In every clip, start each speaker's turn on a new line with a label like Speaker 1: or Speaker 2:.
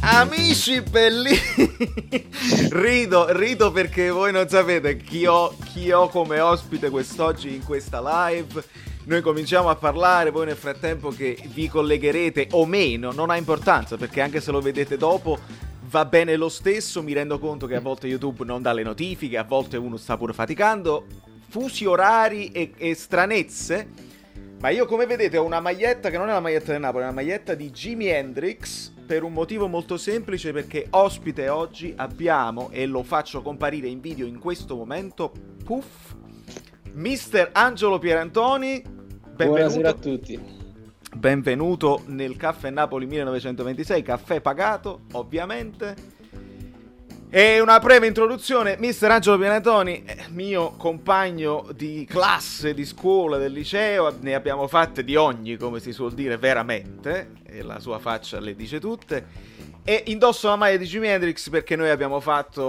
Speaker 1: Amici belli, rido perché voi non sapete chi ho come ospite quest'oggi in questa live. Noi cominciamo a parlare, voi nel frattempo che vi collegherete o meno, non ha importanza, perché anche se lo vedete dopo va bene lo stesso. Mi rendo conto che a volte YouTube non dà le notifiche, a volte uno sta pure faticando, fusi orari e stranezze. Ma io, come vedete, ho una maglietta che non è la maglietta del Napoli, è una maglietta di Jimi Hendrix, per un motivo molto semplice, perché ospite oggi abbiamo, e lo faccio comparire in video in questo momento, puff, Mister Angelo Pierantoni. Benvenuto.
Speaker 2: Buonasera a tutti.
Speaker 1: Benvenuto nel Caffè Napoli 1926, caffè pagato, ovviamente. E una breve introduzione: Mister Angelo Pierantoni, mio compagno di classe, di scuola, del liceo, ne abbiamo fatte di ogni, come si suol dire, veramente, e la sua faccia le dice tutte. E indosso la maglia di Jimi Hendrix perché noi abbiamo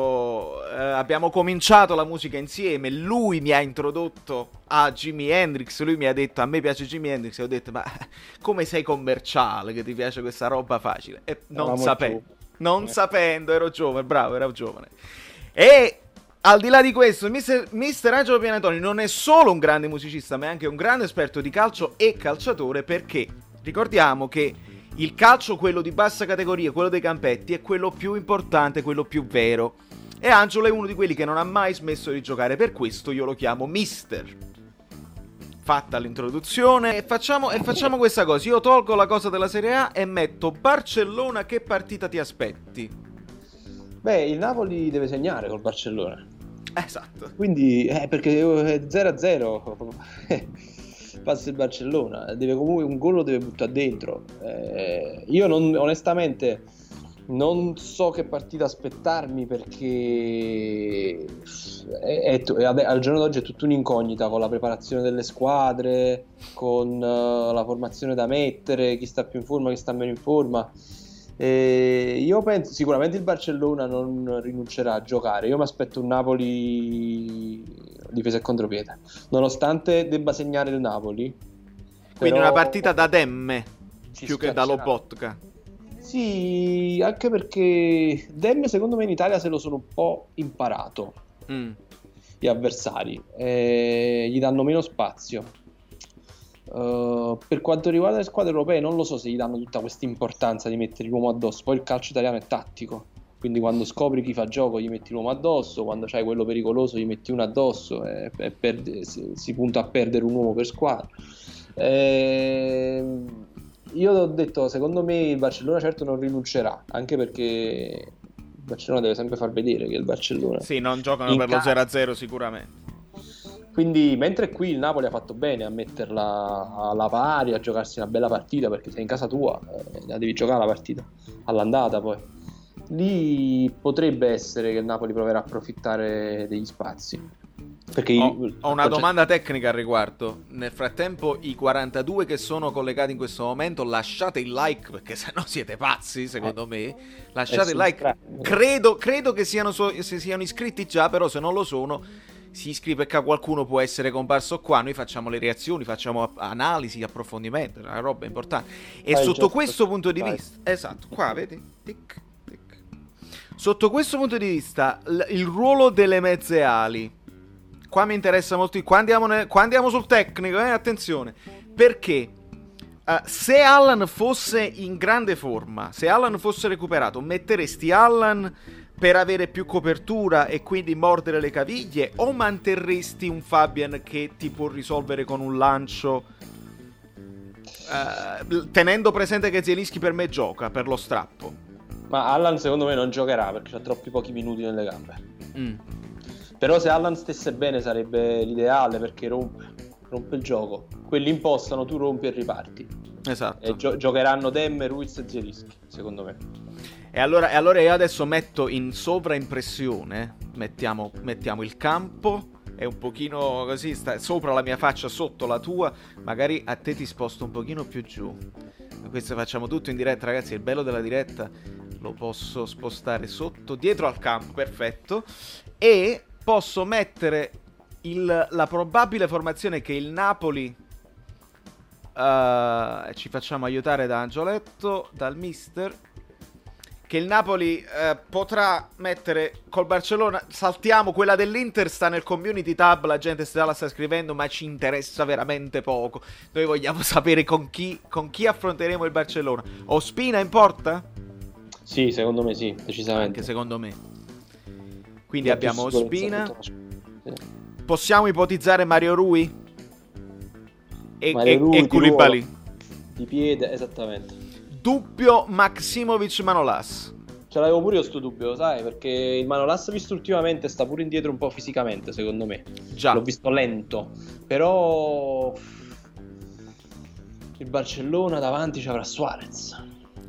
Speaker 1: cominciato la musica insieme. Lui mi ha introdotto a Jimi Hendrix, lui mi ha detto: a me piace Jimi Hendrix, e ho detto: ma come sei commerciale che ti piace questa roba facile? E non sapendo, ero giovane, bravo, ero giovane. E al di là di questo, Mister Angelo Pierantoni non è solo un grande musicista, ma è anche un grande esperto di calcio e calciatore, perché ricordiamo che il calcio, quello di bassa categoria, quello dei campetti, è quello più importante, quello più vero. E Angelo è uno di quelli che non ha mai smesso di giocare, per questo io lo chiamo Mister. Fatta l'introduzione, e facciamo questa cosa: io tolgo la cosa della Serie A e metto Barcellona. Che partita ti aspetti?
Speaker 2: Beh, il Napoli deve segnare col Barcellona.
Speaker 1: Esatto.
Speaker 2: Quindi, perché 0-0 passa il Barcellona, comunque un gol lo deve buttare dentro. Io onestamente non so che partita aspettarmi, perché al giorno d'oggi è tutta un'incognita, con la preparazione delle squadre, con la formazione da mettere, chi sta più in forma, chi sta meno in forma. Io penso sicuramente il Barcellona non rinuncerà a giocare. Io mi aspetto un Napoli difesa e contropiede, nonostante debba segnare il Napoli.
Speaker 1: Quindi una partita da Demme più che da Lobotka.
Speaker 2: Sì, anche perché Demme secondo me in Italia se lo sono un po' imparato gli avversari, gli danno meno spazio. Per quanto riguarda le squadre europee non lo so se gli danno tutta questa importanza di mettere l'uomo addosso. Poi il calcio italiano è tattico, quindi quando scopri chi fa gioco gli metti l'uomo addosso, quando c'hai quello pericoloso gli metti uno addosso, e si punta a perdere un uomo per squadra. Io ho detto, secondo me il Barcellona certo non rinuncerà, anche perché il Barcellona deve sempre far vedere che è il Barcellona.
Speaker 1: Sì, non giocano per lo 0-0 sicuramente.
Speaker 2: Quindi, mentre qui il Napoli ha fatto bene a metterla alla pari, a giocarsi una bella partita, perché sei in casa tua, la devi giocare la partita all'andata. Poi lì potrebbe essere che il Napoli proverà a approfittare degli spazi. Perché
Speaker 1: ho una domanda tecnica al riguardo. Nel frattempo, i 42 che sono collegati in questo momento, lasciate il like, perché sennò siete pazzi, secondo me. Lasciate il like. Credo che siano iscritti già, però se non lo sono, si iscrive, perché qualcuno può essere comparso qua. Noi facciamo le reazioni, facciamo analisi, approfondimento, una roba importante. E sotto questo punto di vista, esatto, qua vedi? Tic, tic. Sotto questo punto di vista, il ruolo delle mezze ali, qua mi interessa molto. Qua andiamo sul tecnico, attenzione, perché se Allan fosse in grande forma, se Allan fosse recuperato, metteresti Allan per avere più copertura e quindi mordere le caviglie, o manterresti un Fabian che ti può risolvere con un lancio, tenendo presente che Zielinski per me gioca per lo strappo?
Speaker 2: Ma Allan secondo me non giocherà perché ha troppi pochi minuti nelle gambe. Però se Allan stesse bene sarebbe l'ideale, perché rompe il gioco. Quelli impostano, tu rompi e riparti.
Speaker 1: Esatto.
Speaker 2: E giocheranno Demme, Ruiz e Zielinski, secondo me.
Speaker 1: E allora io adesso metto in sovraimpressione, mettiamo il campo, è un pochino così, sta sopra la mia faccia, sotto la tua, magari a te ti sposto un pochino più giù. Questo facciamo tutto in diretta, ragazzi, il bello della diretta, lo posso spostare sotto, dietro al campo, perfetto, e posso mettere la probabile formazione che il Napoli, ci facciamo aiutare da Angioletto, dal mister, che il Napoli potrà mettere col Barcellona. Saltiamo quella dell'Inter, sta nel community tab, la gente la sta scrivendo, ma ci interessa veramente poco. Noi vogliamo sapere con chi affronteremo il Barcellona. Ospina in porta?
Speaker 2: Sì, secondo me sì, decisamente.
Speaker 1: Anche secondo me. Quindi abbiamo Ospina. Sì. Possiamo ipotizzare Mario Rui? E Koulibaly
Speaker 2: di piede, esattamente.
Speaker 1: Dubbio Maksimovic Manolas.
Speaker 2: Ce l'avevo pure io sto dubbio, sai, perché il Manolas visto ultimamente sta pure indietro un po' fisicamente, secondo me.
Speaker 1: Già.
Speaker 2: L'ho visto lento, però il Barcellona davanti ci avrà Suarez.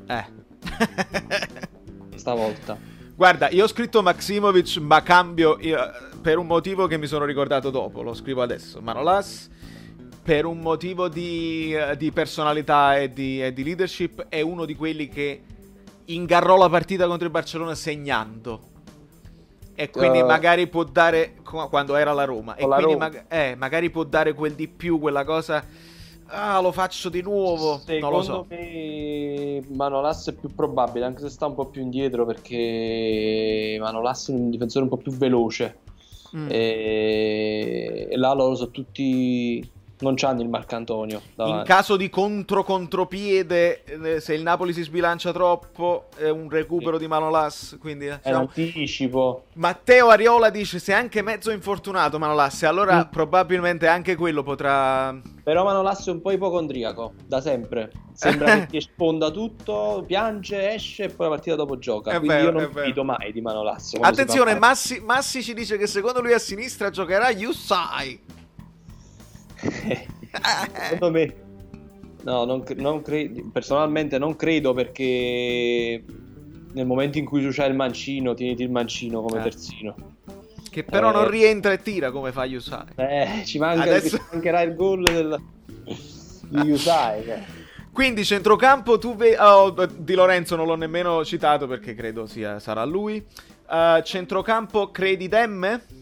Speaker 2: Stavolta.
Speaker 1: Guarda, io ho scritto Maksimovic, ma cambio per un motivo che mi sono ricordato dopo, lo scrivo adesso. Manolas, per un motivo di personalità e di leadership, è uno di quelli che ingarrò la partita contro il Barcellona segnando. E quindi magari può dare, quando era la Roma, e quindi magari può dare quel di più, quella cosa, lo faccio di nuovo. Non lo so.
Speaker 2: Secondo me Manolas è più probabile, anche se sta un po' più indietro, perché Manolas è un difensore un po' più veloce. E là loro sono tutti... non c'hanno il Marcantonio davanti.
Speaker 1: In caso di contropiede, se il Napoli si sbilancia troppo, è un recupero di Manolas, quindi
Speaker 2: è un anticipo.
Speaker 1: Matteo Ariola dice: se è anche mezzo infortunato Manolas, allora probabilmente anche quello potrà.
Speaker 2: Però Manolas è un po' ipocondriaco da sempre, sembra che sponda tutto, piange, esce e poi la partita dopo gioca. Quindi io non fido mai di Manolas.
Speaker 1: Attenzione, Massi ci dice che secondo lui a sinistra giocherà Yusai.
Speaker 2: Secondo me no, non credo. Personalmente non credo, perché nel momento in cui tu c'hai il mancino, tieniti il mancino come terzino,
Speaker 1: che però non rientra e tira come fa Yusai.
Speaker 2: Ci mancherà il gol di Yusai.
Speaker 1: Quindi centrocampo Di Lorenzo non l'ho nemmeno citato perché credo sarà lui. Centrocampo credi Demme?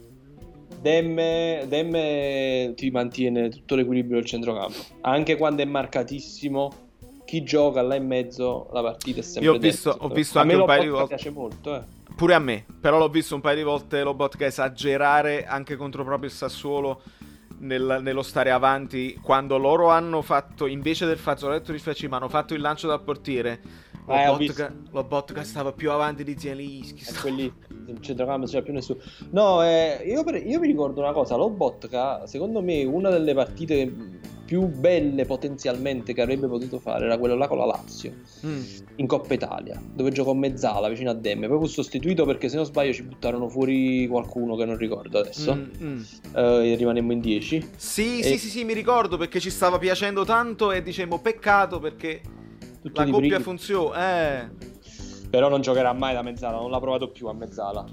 Speaker 2: Demme ti mantiene tutto l'equilibrio del centrocampo, anche quando è marcatissimo. Chi gioca là in mezzo, la partita è sempre
Speaker 1: ho visto anche un paio di volte.
Speaker 2: Mi piace molto,
Speaker 1: Pure a me, però l'ho visto un paio di volte Lobotka esagerare anche contro proprio il Sassuolo nello stare avanti, quando loro hanno fatto, invece del fazzoletto di Facima, hanno fatto il lancio dal portiere. Lobotka stava più avanti di Zielinski.
Speaker 2: Quelli in centrocampo non c'era più nessuno. No, io mi ricordo una cosa. Lobotka, secondo me, una delle partite più belle potenzialmente che avrebbe potuto fare era quello là con la Lazio in Coppa Italia, dove giocò Mezzala vicino a Demme. Poi fu sostituito perché, se non sbaglio, ci buttarono fuori qualcuno che non ricordo adesso. E rimanemmo in 10.
Speaker 1: Sì, mi ricordo, perché ci stava piacendo tanto e dicemmo peccato perché tutti la coppia funziona.
Speaker 2: Però non giocherà mai da Mezzala, non l'ha provato più a Mezzala.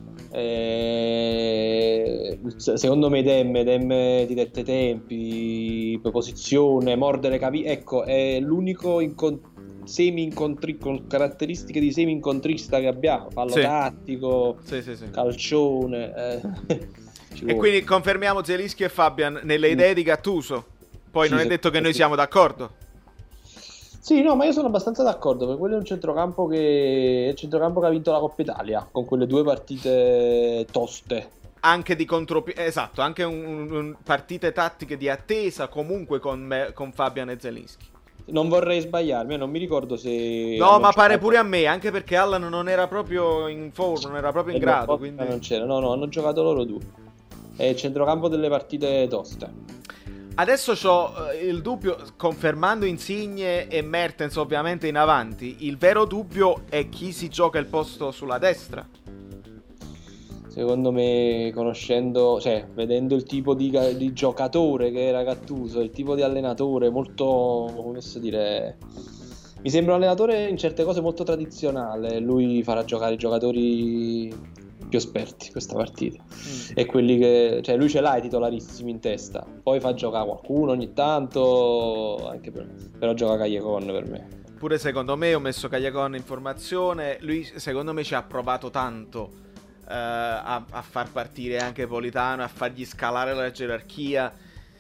Speaker 2: Secondo me Demme di dette tempi, posizione, mordere ecco, è l'unico con caratteristiche di semi-incontrista che abbiamo. Fallo tattico, calcione.
Speaker 1: E quindi confermiamo Zielinski e Fabian nelle idee di Gattuso. Poi non è detto che noi siamo d'accordo.
Speaker 2: Sì, no, ma io sono abbastanza d'accordo, perché quello è un centrocampo che ha vinto la Coppa Italia, con quelle 2 partite toste.
Speaker 1: Anche di esatto, anche partite tattiche di attesa, comunque con Fabian e Zielinski.
Speaker 2: Non vorrei sbagliarmi, non mi ricordo se...
Speaker 1: No, ma pare pure a me, anche perché Allan non era proprio in forma, non era proprio in grado, quindi...
Speaker 2: Non c'era, no, hanno giocato loro 2. È il centrocampo delle partite toste.
Speaker 1: Adesso c'ho il dubbio, confermando Insigne e Mertens ovviamente in avanti, il vero dubbio è chi si gioca il posto sulla destra.
Speaker 2: Secondo me, vedendo il tipo di giocatore che era Gattuso, il tipo di allenatore molto, come posso dire, mi sembra un allenatore in certe cose molto tradizionale. Lui farà giocare i giocatori più esperti questa partita, e quelli che, lui ce l'ha i titolarissimi in testa, poi fa giocare qualcuno ogni tanto, anche però gioca Callejon per me.
Speaker 1: Pure secondo me, ho messo Callejon in formazione. Lui secondo me ci ha provato tanto a far partire anche Politano, a fargli scalare la gerarchia.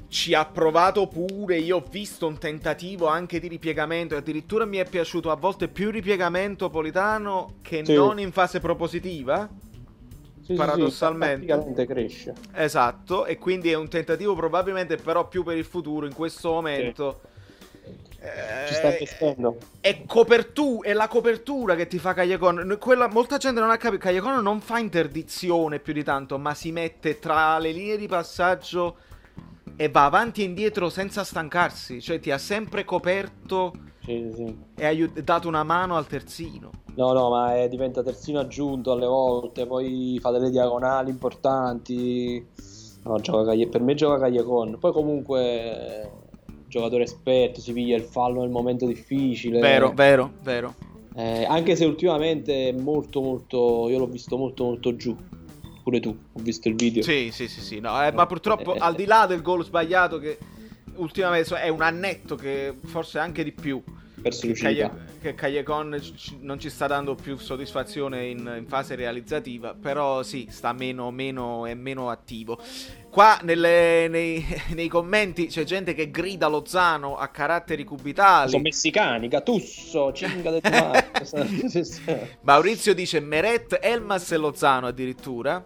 Speaker 1: ci ha provato pure. Io ho visto un tentativo anche di ripiegamento, addirittura mi è piaciuto a volte più il ripiegamento Politano che non in fase propositiva, paradossalmente.
Speaker 2: Praticamente cresce.
Speaker 1: Esatto, e quindi è un tentativo probabilmente però più per il futuro in questo momento.
Speaker 2: Ci sta investendo.
Speaker 1: È la copertura che ti fa Callejon. Molta gente non ha capito. Callejon non fa interdizione più di tanto, ma si mette tra le linee di passaggio e va avanti e indietro senza stancarsi. Cioè ti ha sempre coperto e ha dato una mano al terzino.
Speaker 2: No, ma diventa terzino aggiunto alle volte, poi fa delle diagonali importanti. No, per me gioca Callejon. Poi comunque giocatore esperto, si piglia il fallo nel momento difficile.
Speaker 1: Vero.
Speaker 2: Anche se ultimamente è molto, io l'ho visto molto giù. Pure tu, ho visto il video.
Speaker 1: Sì. No, ma purtroppo al di là del gol sbagliato, che ultimamente è un annetto che forse anche di più,
Speaker 2: perso lucidità,
Speaker 1: che Callejon non ci sta dando più soddisfazione in fase realizzativa, però sì, sta meno attivo. Qua nei commenti c'è gente che grida Lozano a caratteri cubitali.
Speaker 2: Sono messicani, Gattuso, cinga del tomate.
Speaker 1: Maurizio dice Meret, Elmas e Lozano addirittura.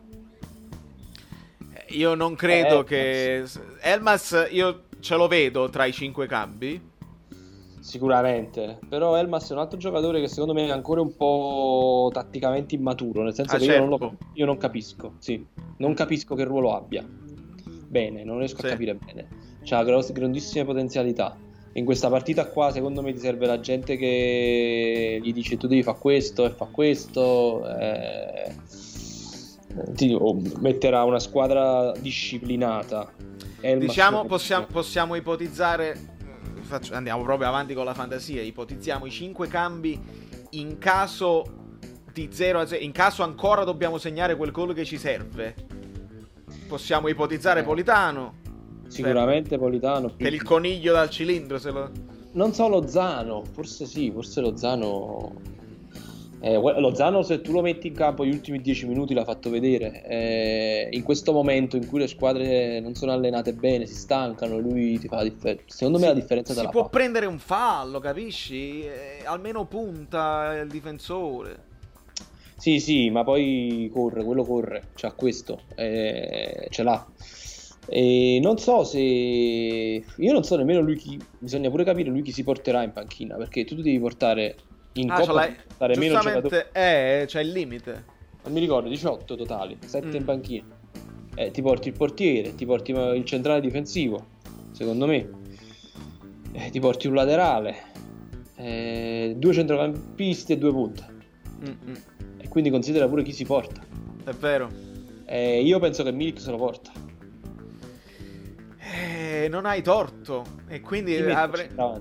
Speaker 1: Io non credo che Elmas, io ce lo vedo tra i 5 cambi.
Speaker 2: Sicuramente, però Elmas è un altro giocatore che secondo me è ancora un po' tatticamente immaturo, nel senso che io non capisco, non capisco che ruolo abbia. Bene, non riesco a capire bene. C'ha grandissime potenzialità. In questa partita qua secondo me ti serve la gente che gli dice tu devi fare questo e fa questo, metterà una squadra disciplinata.
Speaker 1: Diciamo possiamo ipotizzare, andiamo proprio avanti con la fantasia, ipotizziamo i 5 cambi in caso di 0-0, in caso ancora dobbiamo segnare quel gol che ci serve. Possiamo ipotizzare Politano.
Speaker 2: Sicuramente Politano.
Speaker 1: Per il coniglio dal cilindro.
Speaker 2: Non so Lozano, forse Lozano. Lozano, se tu lo metti in campo gli ultimi 10 minuti, l'ha fatto vedere. In questo momento in cui le squadre non sono allenate bene, si stancano, lui ti fa la differenza. Secondo me la differenza
Speaker 1: si può prendere un fallo, capisci? Almeno punta il difensore.
Speaker 2: Sì, ma poi quello corre, c'ha questo, ce l'ha. E non so nemmeno lui bisogna pure capire lui chi si porterà in panchina, perché tu devi portare in Coppa meno giocatori.
Speaker 1: C'è il limite.
Speaker 2: Non mi ricordo, 18 totali, 7 in panchina. Ti porti il portiere, ti porti il centrale difensivo, secondo me. Ti porti un laterale, 2 centrocampisti e 2 punte. E quindi considera pure chi si porta.
Speaker 1: È vero.
Speaker 2: Io penso che Milik se lo porta.
Speaker 1: Non hai torto. E quindi avremo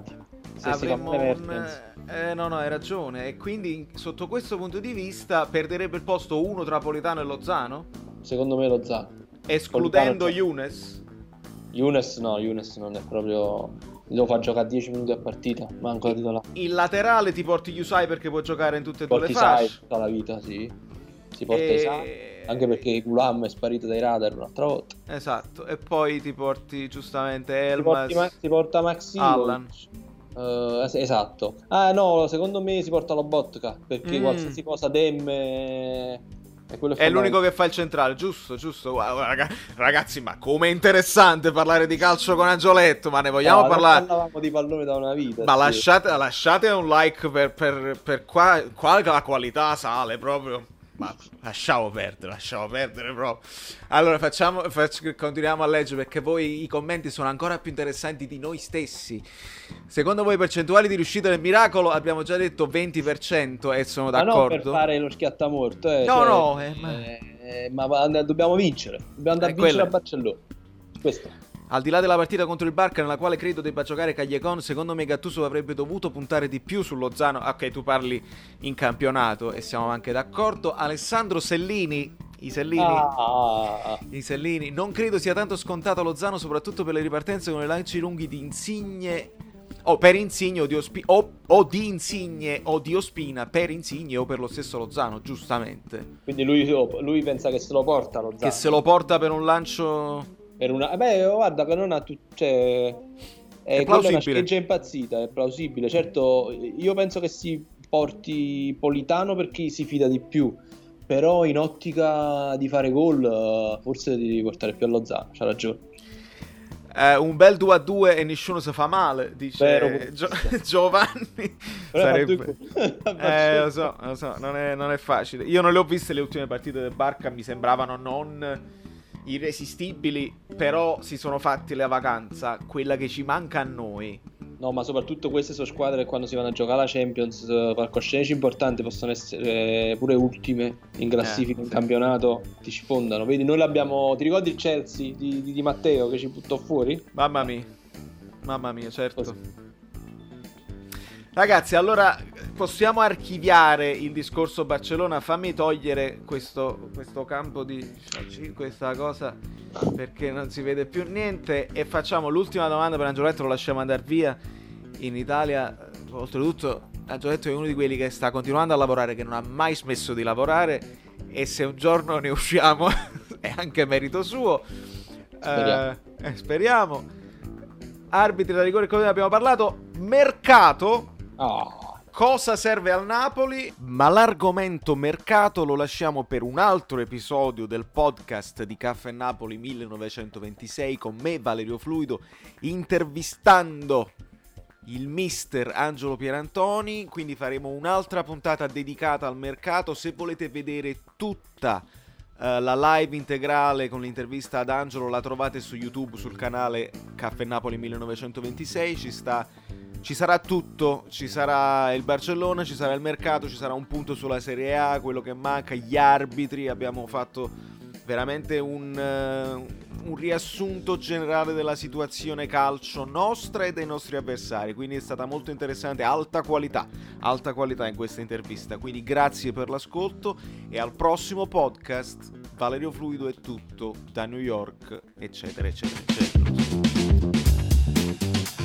Speaker 1: no, hai ragione. E quindi sotto questo punto di vista perderebbe il posto uno tra Politano e Lozano?
Speaker 2: Secondo me Lozano.
Speaker 1: Escludendo Younes?
Speaker 2: Younes non è proprio... Lo fa giocare 10 minuti a partita, manco la titolare.
Speaker 1: Il laterale ti porti Yusai perché può giocare in tutte e due le fasce.
Speaker 2: Tutta la vita, sì. Si porta Isai, anche perché Gulam è sparito dai radar un'altra volta.
Speaker 1: Esatto, e poi ti porti giustamente Elmas.
Speaker 2: Si porta Maximo.
Speaker 1: Allan.
Speaker 2: Esatto. No, secondo me si porta Lobotka, perché qualsiasi cosa Dem...
Speaker 1: È l'unico che fa il centrale, giusto. Ragazzi, ma com'è interessante parlare di calcio con Angioletto, ma ne vogliamo parlare?
Speaker 2: Parlavamo di pallone da una vita.
Speaker 1: Ma lasciate un like per qua la qualità sale proprio. Ma lasciamo perdere proprio. Allora continuiamo a leggere, perché voi i commenti sono ancora più interessanti di noi stessi. Secondo voi percentuali di riuscita del miracolo? Abbiamo già detto 20% e sono d'accordo.
Speaker 2: Ma non per fare lo schiattamorto, ma dobbiamo vincere. Dobbiamo andare a vincere a Barcellona. Questo.
Speaker 1: Al di là della partita contro il Barca, nella quale credo debba giocare Callejon, secondo me Gattuso avrebbe dovuto puntare di più su Lozano. Ok, tu parli in campionato e siamo anche d'accordo. Alessandro Sellini, i Sellini, non credo sia tanto scontato Lozano, soprattutto per le ripartenze con i lanci lunghi di Insigne per Insigne o di Insigne o di Ospina per Insigne o per lo stesso Lozano, giustamente.
Speaker 2: Quindi lui pensa che se lo porta Lozano.
Speaker 1: Che se lo porta per un lancio...
Speaker 2: Guarda che non ha è una scheggia impazzita, è plausibile. Certo, io penso che si porti Politano perché si fida di più, però in ottica di fare gol forse devi portare più a Lozano, c'ha ragione.
Speaker 1: Un bel 2-2 e nessuno si fa male, dice Giovanni. Sarebbe... lo so, non è facile. Io non le ho viste le ultime partite del Barca, mi sembravano non irresistibili, però si sono fatti la vacanza, quella che ci manca a noi.
Speaker 2: No, ma soprattutto queste sono squadre che quando si vanno a giocare la Champions, palcoscenici importanti, possono essere pure ultime in classifica in campionato, ti sfondano. Vedi, noi l'abbiamo, ti ricordi il Chelsea di Matteo che ci buttò fuori?
Speaker 1: Mamma mia, certo. Ragazzi, allora possiamo archiviare il discorso Barcellona. Fammi togliere questo campo di questa cosa, perché non si vede più niente, e facciamo l'ultima domanda per Angioletto, lo lasciamo andare via. In Italia, oltretutto, Angioletto è uno di quelli che sta continuando a lavorare, che non ha mai smesso di lavorare, e se un giorno ne usciamo è anche merito suo. Speriamo. Arbitri da rigore, come abbiamo parlato. Mercato. Cosa serve al Napoli? Ma l'argomento mercato lo lasciamo per un altro episodio del podcast di Caffè Napoli 1926 con me, Valerio Fluido, intervistando il mister Angelo Pierantoni. Quindi faremo un'altra puntata dedicata al mercato. Se volete vedere tutta la live integrale con l'intervista ad Angelo, la trovate su YouTube sul canale Caffè Napoli 1926. Ci sarà tutto, ci sarà il Barcellona, ci sarà il mercato, ci sarà un punto sulla Serie A, quello che manca, gli arbitri. Abbiamo fatto veramente un riassunto generale della situazione calcio nostra e dei nostri avversari, quindi è stata molto interessante, alta qualità in questa intervista. Quindi grazie per l'ascolto e al prossimo podcast. Valerio Fluido è tutto da New York, eccetera eccetera eccetera.